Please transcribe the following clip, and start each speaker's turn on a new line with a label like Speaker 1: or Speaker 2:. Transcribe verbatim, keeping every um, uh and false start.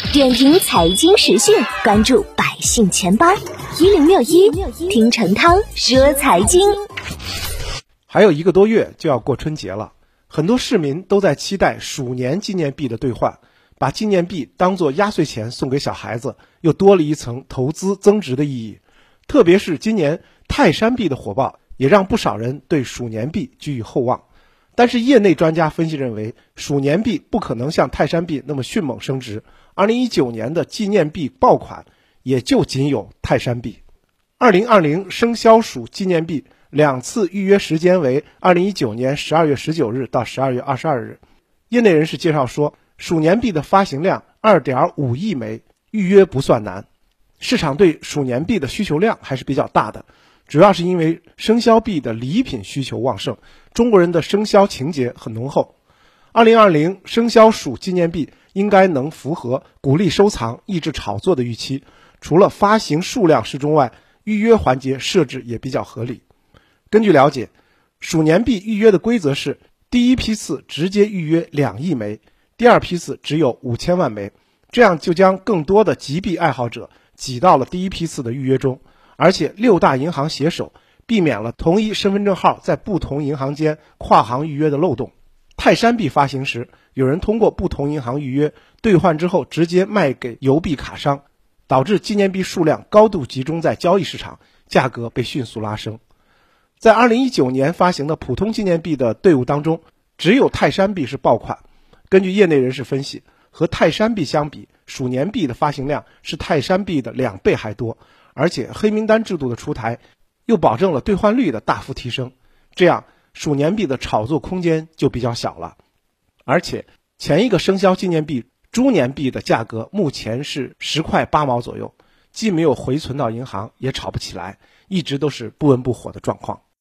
Speaker 1: 点评财经时讯，关注百姓钱包一零六一，听陈涛说财经。
Speaker 2: 还有一个多月就要过春节了，很多市民都在期待鼠年纪念币的兑换，把纪念币当作压岁钱送给小孩子，又多了一层投资增值的意义。特别是今年泰山币的火爆，也让不少人对鼠年币寄予厚望。但是业内专家分析认为，鼠年币不可能像泰山币那么迅猛升值，二零一九年的纪念币爆款也就仅有泰山币。二零二零生肖鼠纪念币两次预约时间为二零一九年十二月十九日到十二月二十二日。业内人士介绍说，鼠年币的发行量 二点五亿枚，预约不算难。市场对鼠年币的需求量还是比较大的，主要是因为生肖币的礼品需求旺盛，中国人的生肖情节很浓厚。二零二零生肖鼠纪念币应该能符合鼓励收藏、抑制炒作的预期，除了发行数量适中外，预约环节设置也比较合理。根据了解，鼠年币预约的规则是，第一批次直接预约两亿枚，第二批次只有五千万枚，这样就将更多的集币爱好者挤到了第一批次的预约中，而且六大银行携手，避免了同一身份证号在不同银行间跨行预约的漏洞。泰山币发行时，有人通过不同银行预约兑换之后直接卖给邮币卡商，导致纪念币数量高度集中在交易市场，价格被迅速拉升。在二零一九年发行的普通纪念币的队伍当中，只有泰山币是爆款。根据业内人士分析，和泰山币相比，鼠年币的发行量是泰山币的两倍还多，而且黑名单制度的出台又保证了兑换率的大幅提升，这样鼠年币的炒作空间就比较小了。而且前一个生肖纪念币猪年币的价格目前是十块八毛左右，既没有回存到银行，也炒不起来，一直都是不温不火的状况。